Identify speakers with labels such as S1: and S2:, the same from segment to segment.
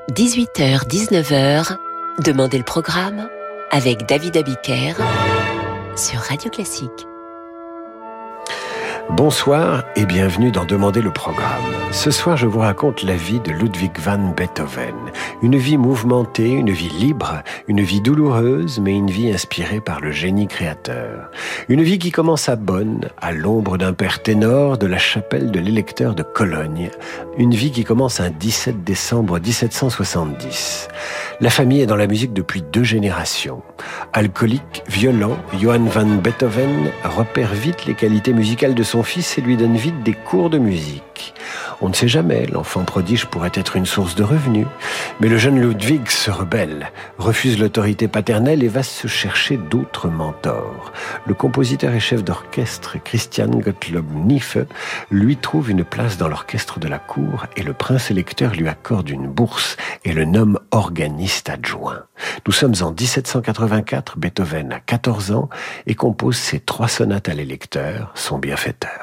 S1: 18h-19h, Demandez le programme avec David Abiker sur Radio Classique.
S2: Bonsoir et bienvenue dans Demandez le programme. Ce soir, je vous raconte la vie de Ludwig van Beethoven. Une vie mouvementée, une vie libre, une vie douloureuse, mais une vie inspirée par le génie créateur. Une vie qui commence à Bonn, à l'ombre d'un père ténor de la chapelle de l'électeur de Cologne. Une vie qui commence un 17 décembre 1770. La famille est dans la musique depuis 2 générations. Alcoolique, violent, Johann van Beethoven repère vite les qualités musicales de son fils et lui donne vite des cours de musique. On ne sait jamais, l'enfant prodige pourrait être une source de revenus. Mais le jeune Ludwig se rebelle, refuse l'autorité paternelle et va se chercher d'autres mentors. Le compositeur et chef d'orchestre Christian Gottlob Niefe lui trouve une place dans l'orchestre de la cour et le prince électeur lui accorde une bourse et le nomme organiste adjoint. Nous sommes en 1784, Beethoven a 14 ans et compose ses 3 sonates à l'électeur, son bienfaiteur.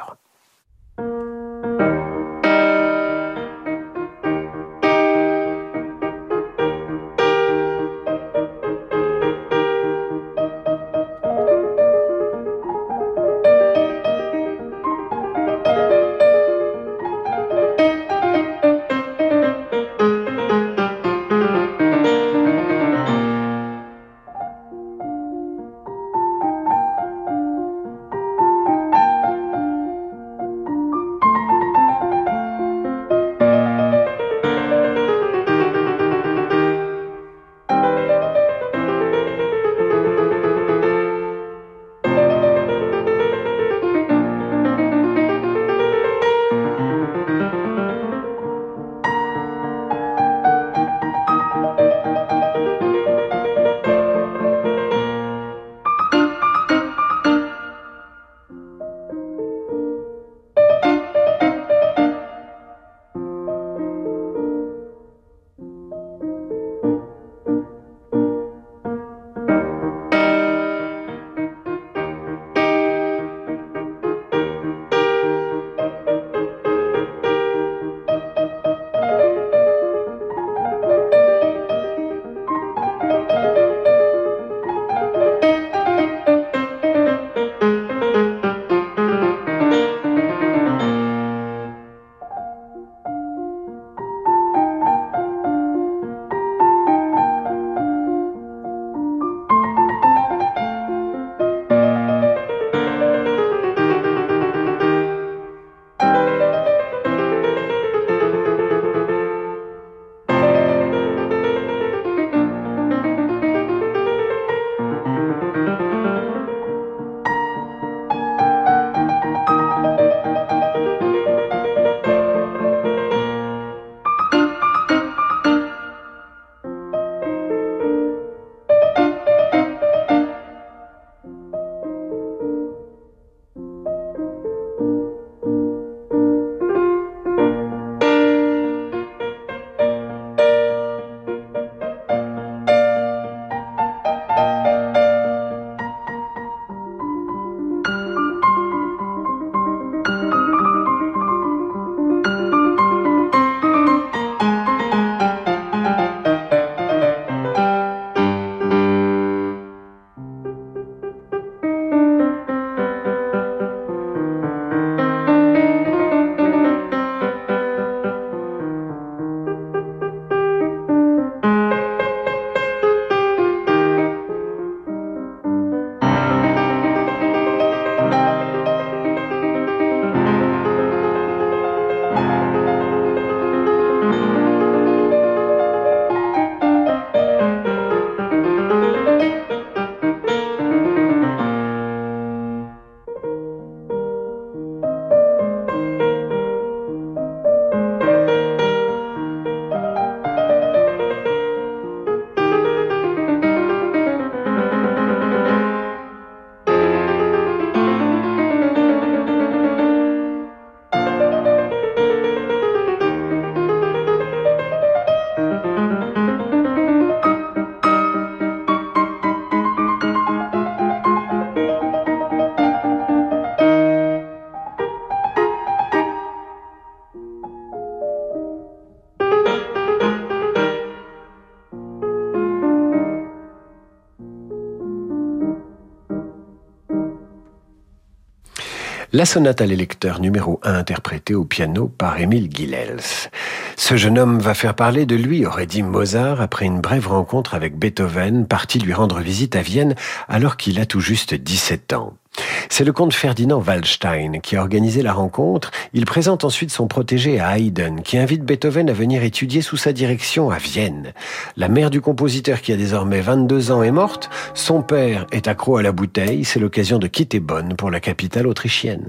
S2: La sonate à l'électeur numéro 1 interprétée au piano par Emil Gilels. Ce jeune homme va faire parler de lui, aurait dit Mozart après une brève rencontre avec Beethoven, parti lui rendre visite à Vienne alors qu'il a tout juste 17 ans. C'est le comte Ferdinand Waldstein qui a organisé la rencontre. Il présente ensuite son protégé à Haydn, qui invite Beethoven à venir étudier sous sa direction à Vienne. La mère du compositeur, qui a désormais 22 ans, est morte. Son père est accro à la bouteille. C'est l'occasion de quitter Bonn pour la capitale autrichienne.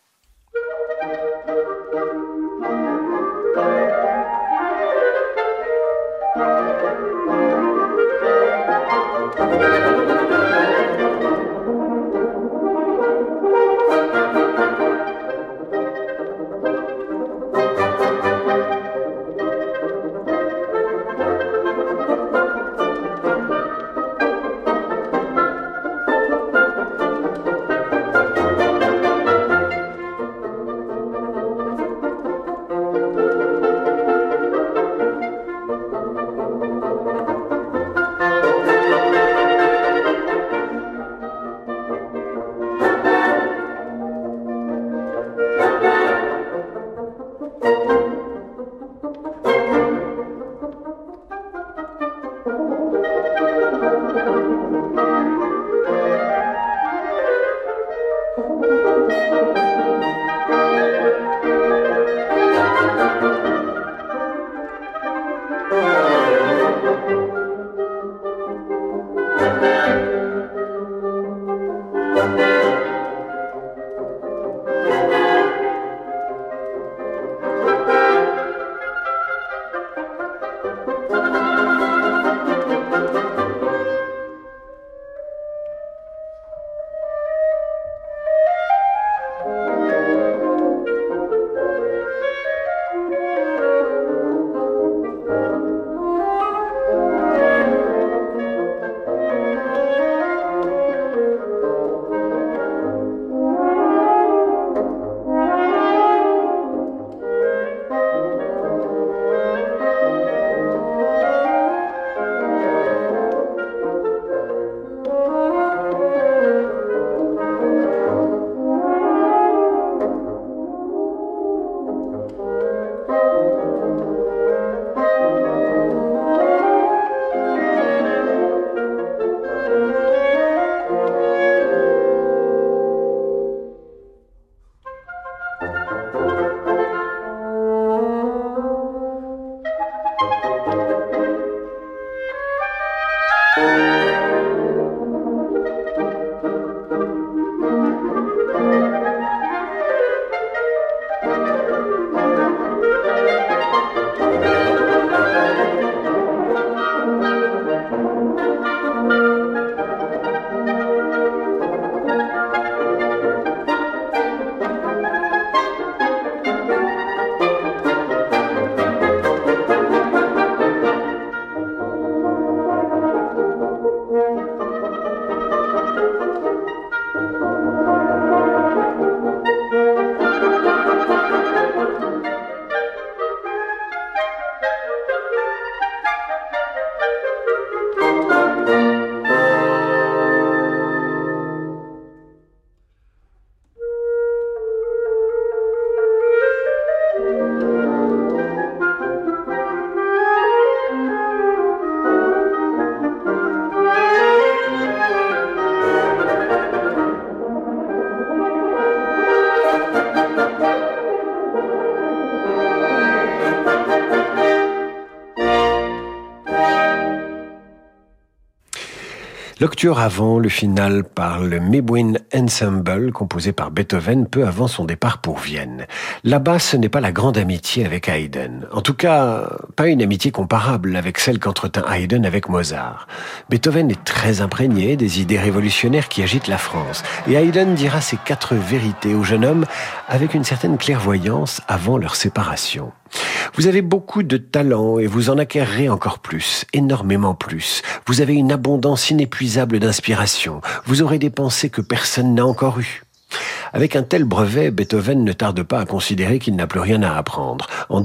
S2: L'octuor avant, le final par le Mebuin Ensemble, composé par Beethoven peu avant son départ pour Vienne. Là-bas, ce n'est pas la grande amitié avec Haydn. En tout cas, pas une amitié comparable avec celle qu'entretint Haydn avec Mozart. Beethoven est très imprégné des idées révolutionnaires qui agitent la France. Et Haydn dira ces 4 vérités au jeune homme avec une certaine clairvoyance avant leur séparation. Vous avez beaucoup de talent et vous en acquérerez encore plus, énormément plus. Vous avez une abondance inépuisable d'inspiration. Vous aurez des pensées que personne n'a encore eues. Avec un tel brevet, Beethoven ne tarde pas à considérer qu'il n'a plus rien à apprendre. En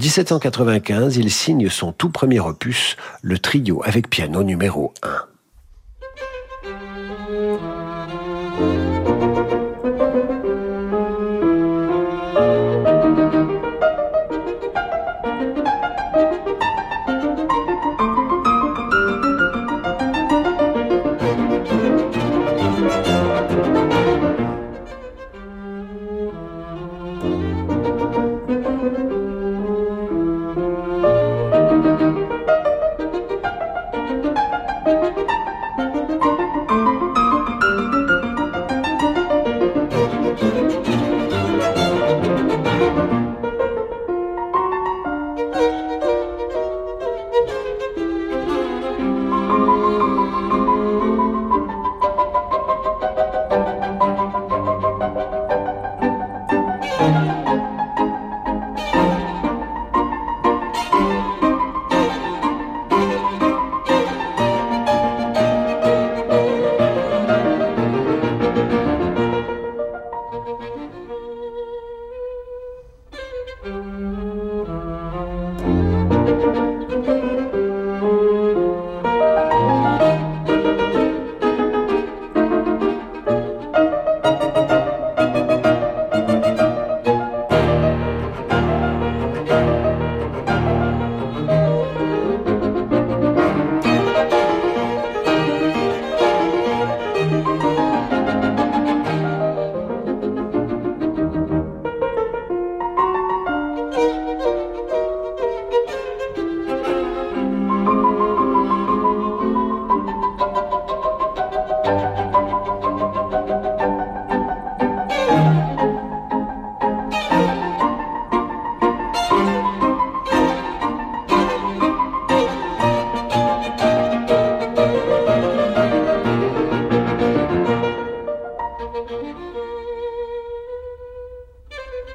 S2: 1795, il signe son tout premier opus, le trio avec piano numéro 1.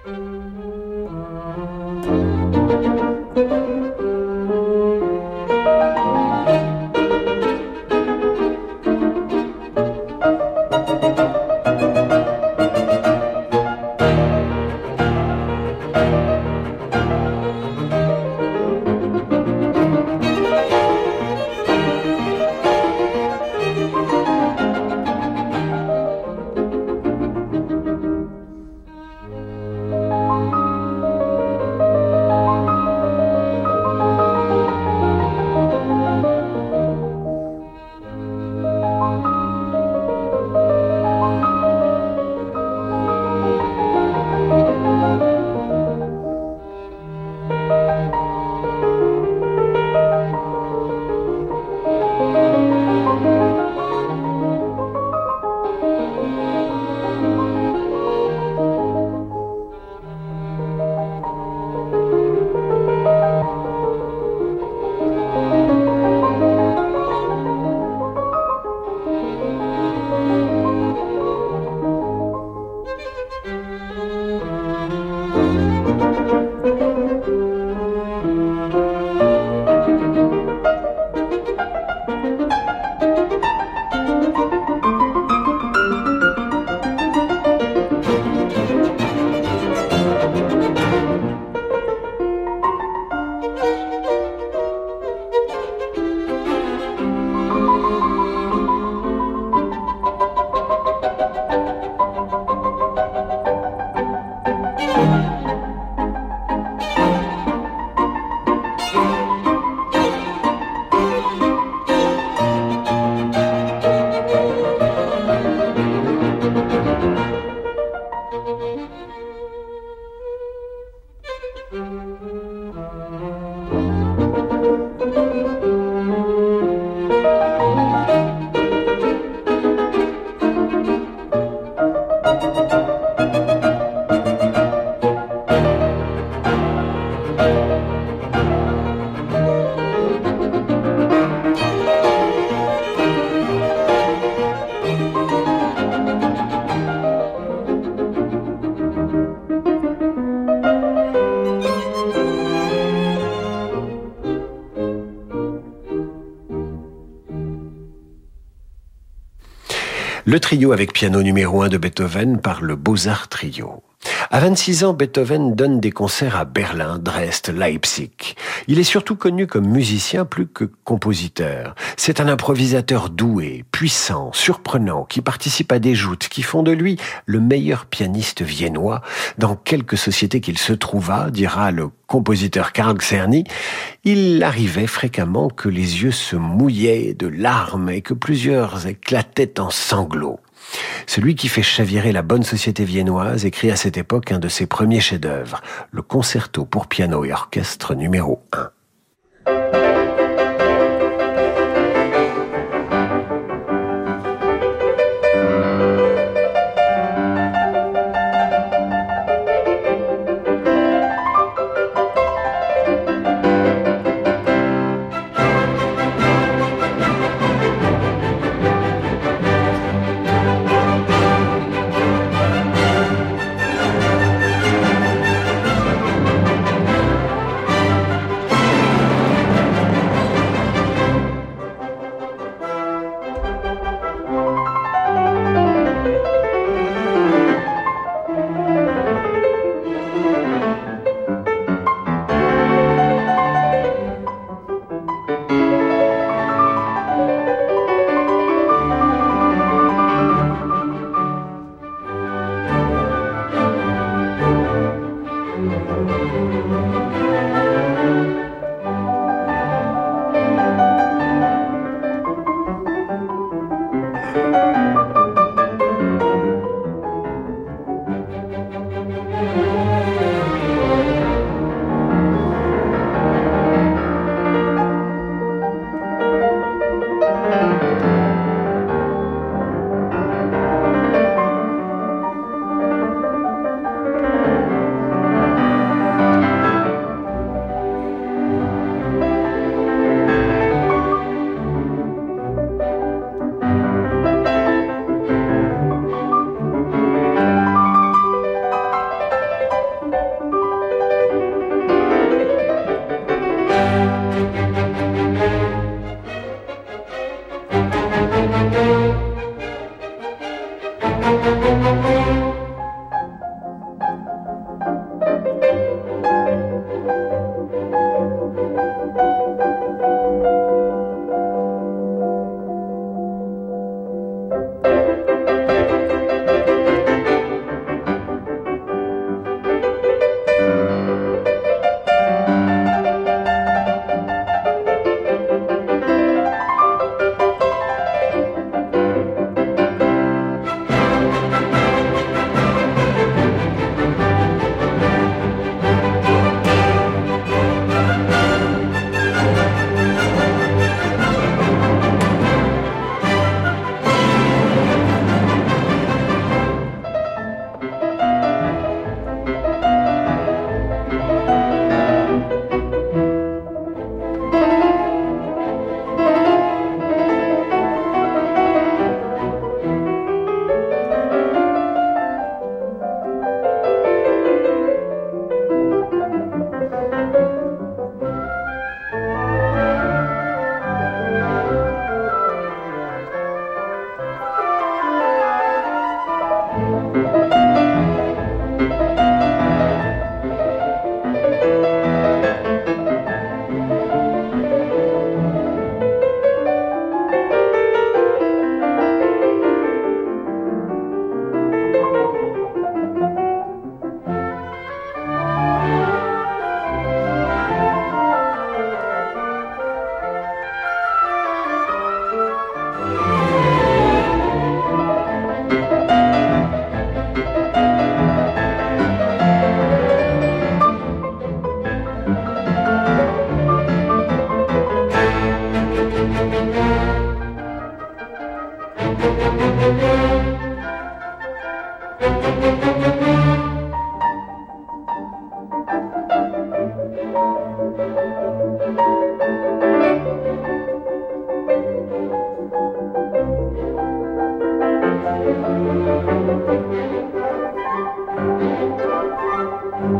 S2: Le trio avec piano numéro 1 de Beethoven par le Beaux-Arts Trio. À 26 ans, Beethoven donne des concerts à Berlin, Dresde, Leipzig. Il est surtout connu comme musicien plus que compositeur. C'est un improvisateur doué, puissant, surprenant, qui participe à des joutes qui font de lui le meilleur pianiste viennois dans quelque société qu'il se trouva, dira le compositeur Karl Czerny. Il arrivait fréquemment que les yeux se mouillaient de larmes et que plusieurs éclataient en sanglots. Celui qui fait chavirer la bonne société viennoise écrit à cette époque un de ses premiers chefs-d'œuvre, le concerto pour piano et orchestre numéro 1.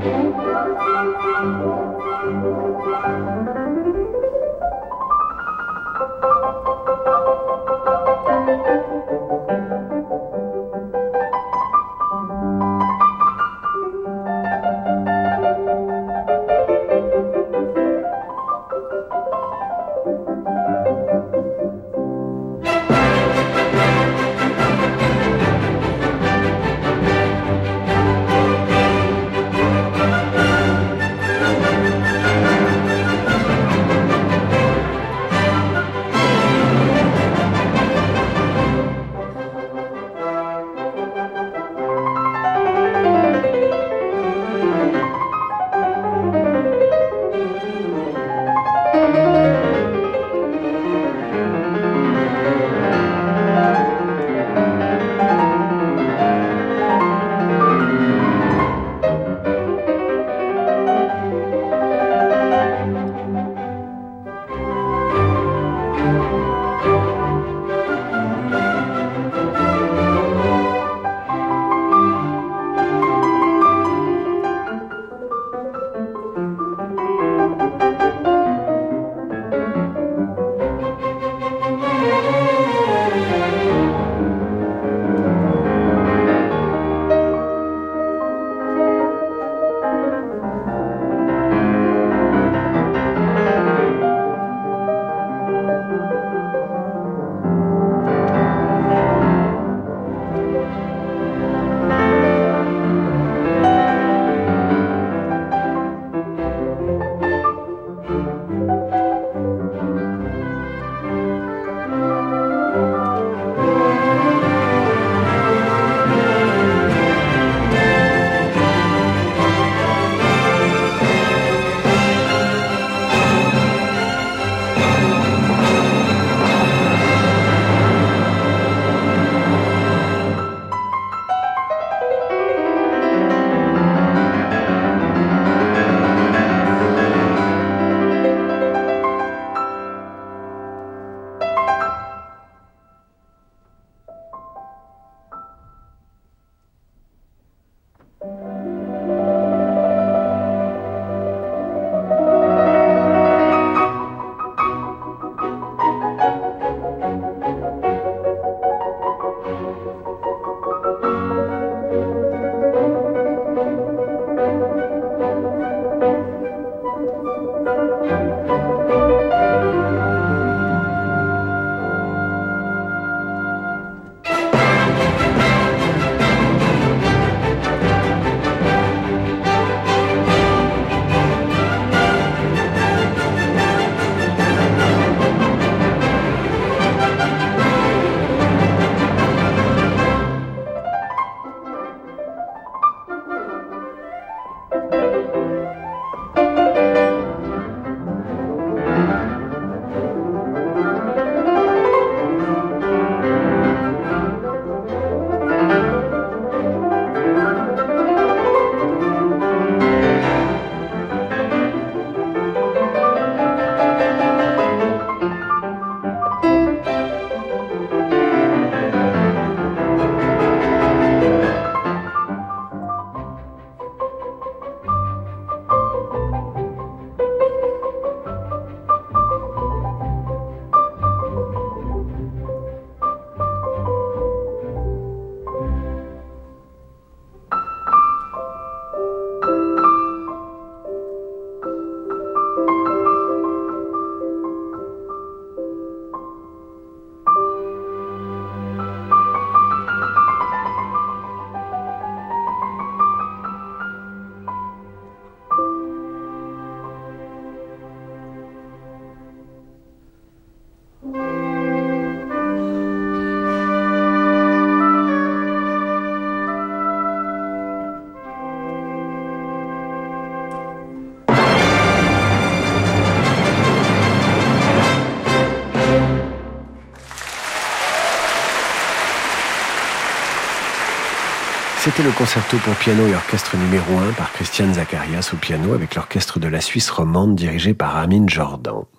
S2: C'était le concerto pour piano et orchestre numéro 1 par Christian Zacharias au piano avec l'orchestre de la Suisse romande dirigé par Armin Jordan.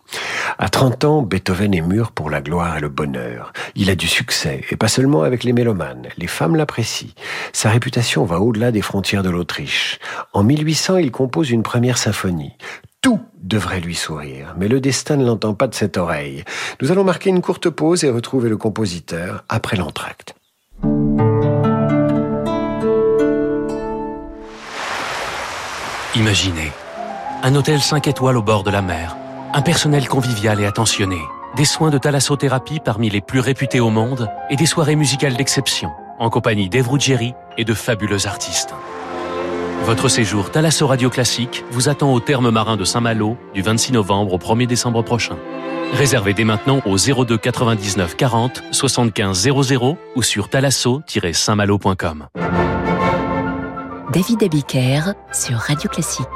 S2: À 30 ans, Beethoven est mûr pour la gloire et le bonheur. Il a du succès, et pas seulement avec les mélomanes. Les femmes l'apprécient. Sa réputation va au-delà des frontières de l'Autriche. En 1800, il compose une première symphonie. Tout devrait lui sourire, mais le destin ne l'entend pas de cette oreille. Nous allons marquer une courte pause et retrouver le compositeur après l'entracte.
S3: Imaginez, un hôtel 5 étoiles au bord de la mer, un personnel convivial et attentionné, des soins de thalassothérapie parmi les plus réputés au monde et des soirées musicales d'exception, en compagnie d'Eve Ruggieri et de fabuleux artistes. Votre séjour Thalasso Radio Classique vous attend au terme marin de Saint-Malo du 26 novembre au 1er décembre prochain. Réservez dès maintenant au 02 99 40 75 00 ou sur thalasso-saintmalo.com.
S1: David Abiker sur Radio Classique.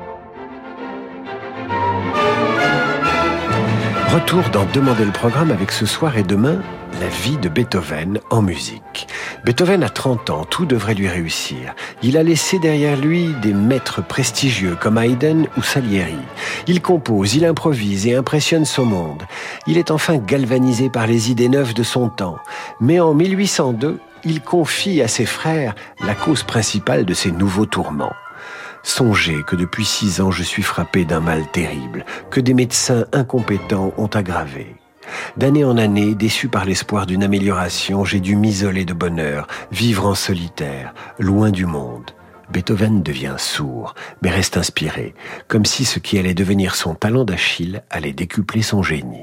S2: Retour dans Demander le programme avec ce soir et demain, la vie de Beethoven en musique. Beethoven a 30 ans, tout devrait lui réussir. Il a laissé derrière lui des maîtres prestigieux comme Haydn ou Salieri. Il compose, il improvise et impressionne son monde. Il est enfin galvanisé par les idées neuves de son temps. Mais en 1802, il confie à ses frères la cause principale de ses nouveaux tourments. Songez que depuis 6 ans, je suis frappé d'un mal terrible, que des médecins incompétents ont aggravé. D'année en année, déçu par l'espoir d'une amélioration, j'ai dû m'isoler de bonheur, vivre en solitaire, loin du monde. Beethoven devient sourd, mais reste inspiré, comme si ce qui allait devenir son talent d'Achille allait décupler son génie.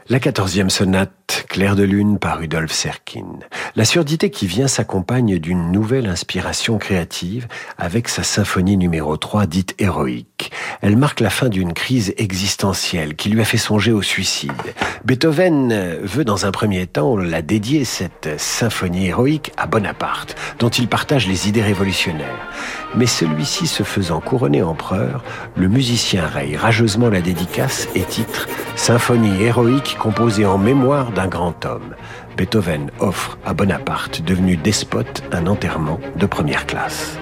S2: La 14e sonate, Clair de lune par Rudolf Serkin. La surdité qui vient s'accompagne d'une nouvelle inspiration créative avec sa symphonie numéro 3 dite héroïque. Elle marque la fin d'une crise existentielle qui lui a fait songer au suicide. Beethoven veut dans un premier temps la dédier, cette symphonie héroïque, à Bonaparte, dont il partage les idées révolutionnaires. Mais celui-ci se faisant couronner empereur, le musicien raye rageusement la dédicace et titre « Symphonie héroïque composée en mémoire d'un grand homme ». Beethoven offre à Bonaparte, devenu despote, un enterrement de première classe.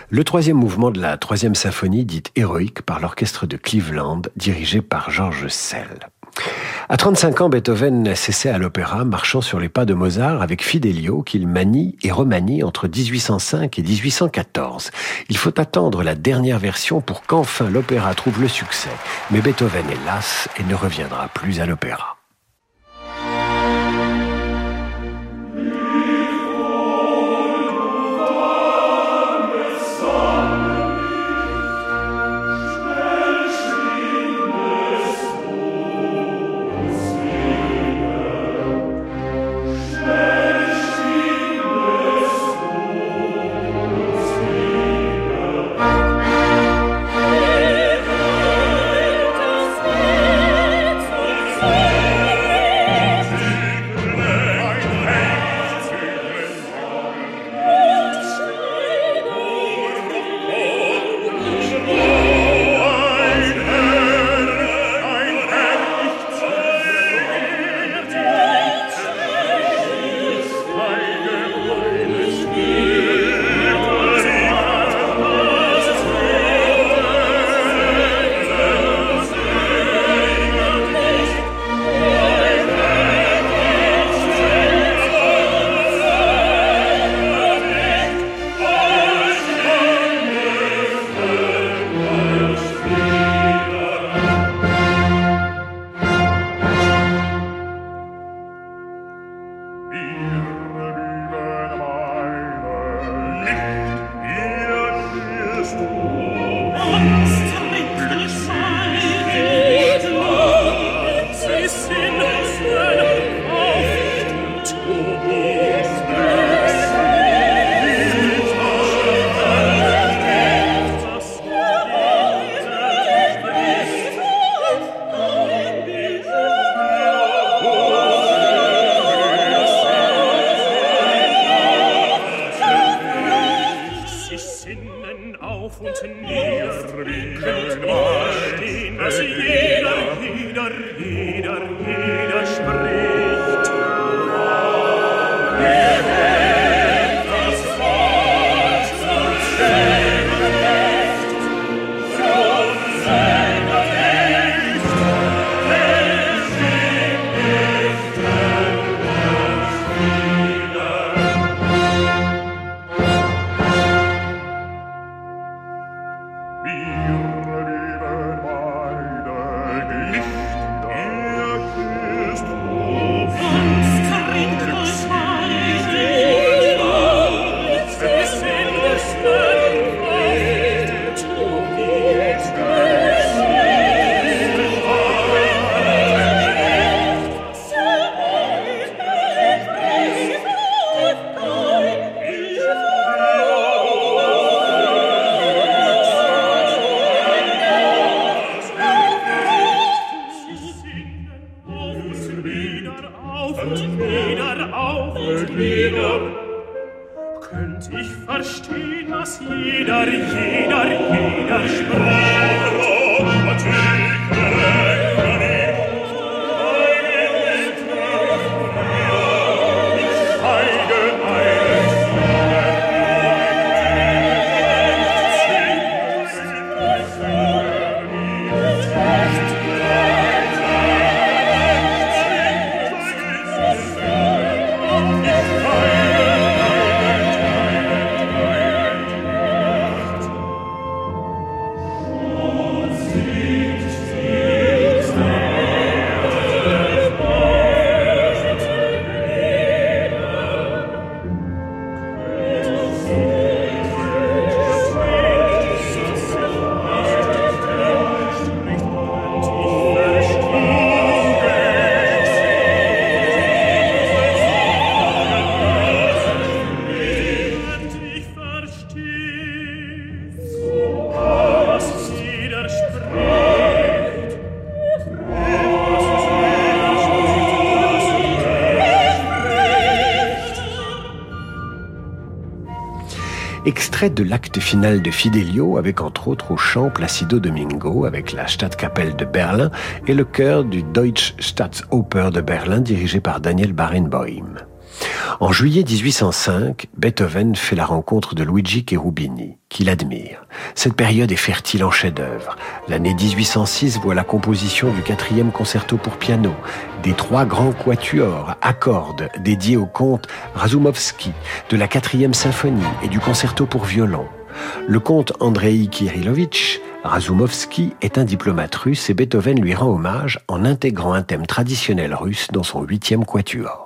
S2: Le troisième mouvement de la troisième symphonie, dite héroïque, par l'orchestre de Cleveland, dirigé par George Szell. À 35 ans, Beethoven s'essaie à l'opéra, marchant sur les pas de Mozart avec Fidelio, qu'il manie et remanie entre 1805 et 1814. Il faut attendre la dernière version pour qu'enfin l'opéra trouve le succès. Mais Beethoven est las et ne reviendra plus à l'opéra. Extrait de l'acte final de Fidelio avec entre autres au chant Placido Domingo avec la Stadtkapelle de Berlin et le chœur du Deutsche Staatsoper de Berlin dirigé par Daniel Barenboim. En juillet 1805, Beethoven fait la rencontre de Luigi Cherubini, qu'il admire. Cette période est fertile en chefs-d'œuvre. L'année 1806 voit la composition du 4e concerto pour piano, des 3 grands quatuors à cordes dédiés au comte Razumovsky, de la 4e symphonie et du concerto pour violon. Le comte Andrei Kirillovitch Razumovsky est un diplomate russe et Beethoven lui rend hommage en intégrant un thème traditionnel russe dans son 8e quatuor.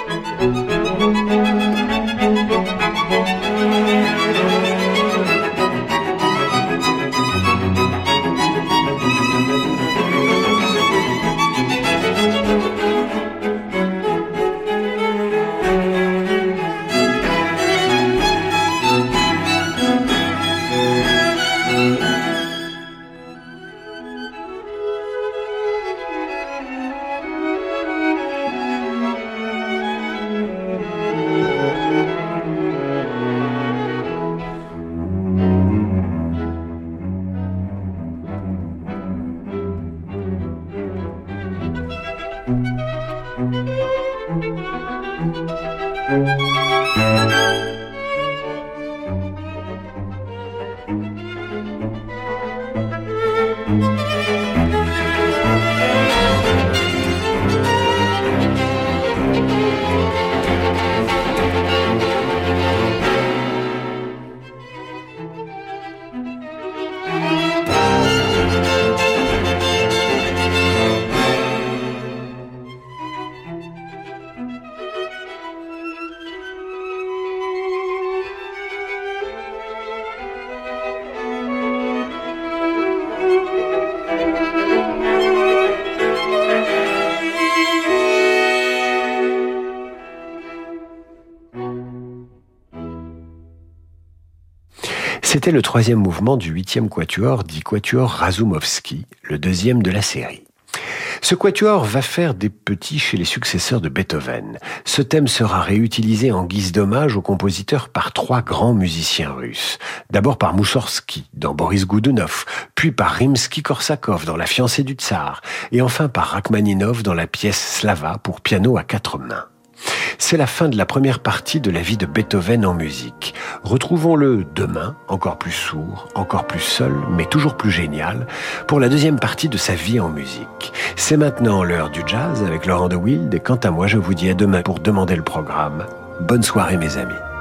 S2: C'était le troisième mouvement du 8e quatuor, dit quatuor Razumowski, le deuxième de la série. Ce quatuor va faire des petits chez les successeurs de Beethoven. Ce thème sera réutilisé en guise d'hommage au compositeur par 3 grands musiciens russes. D'abord par Moussorgsky dans Boris Goudounov, puis par Rimsky-Korsakov dans La fiancée du tsar, et enfin par Rachmaninov dans la pièce Slava pour piano à 4 mains. C'est la fin de la première partie de la vie de Beethoven en musique. Retrouvons-le demain, encore plus sourd, encore plus seul, mais toujours plus génial, pour la deuxième partie de sa vie en musique. C'est maintenant l'heure du jazz avec Laurent de Wild, et quant à moi, je vous dis à demain pour demander le programme. Bonne soirée mes amis.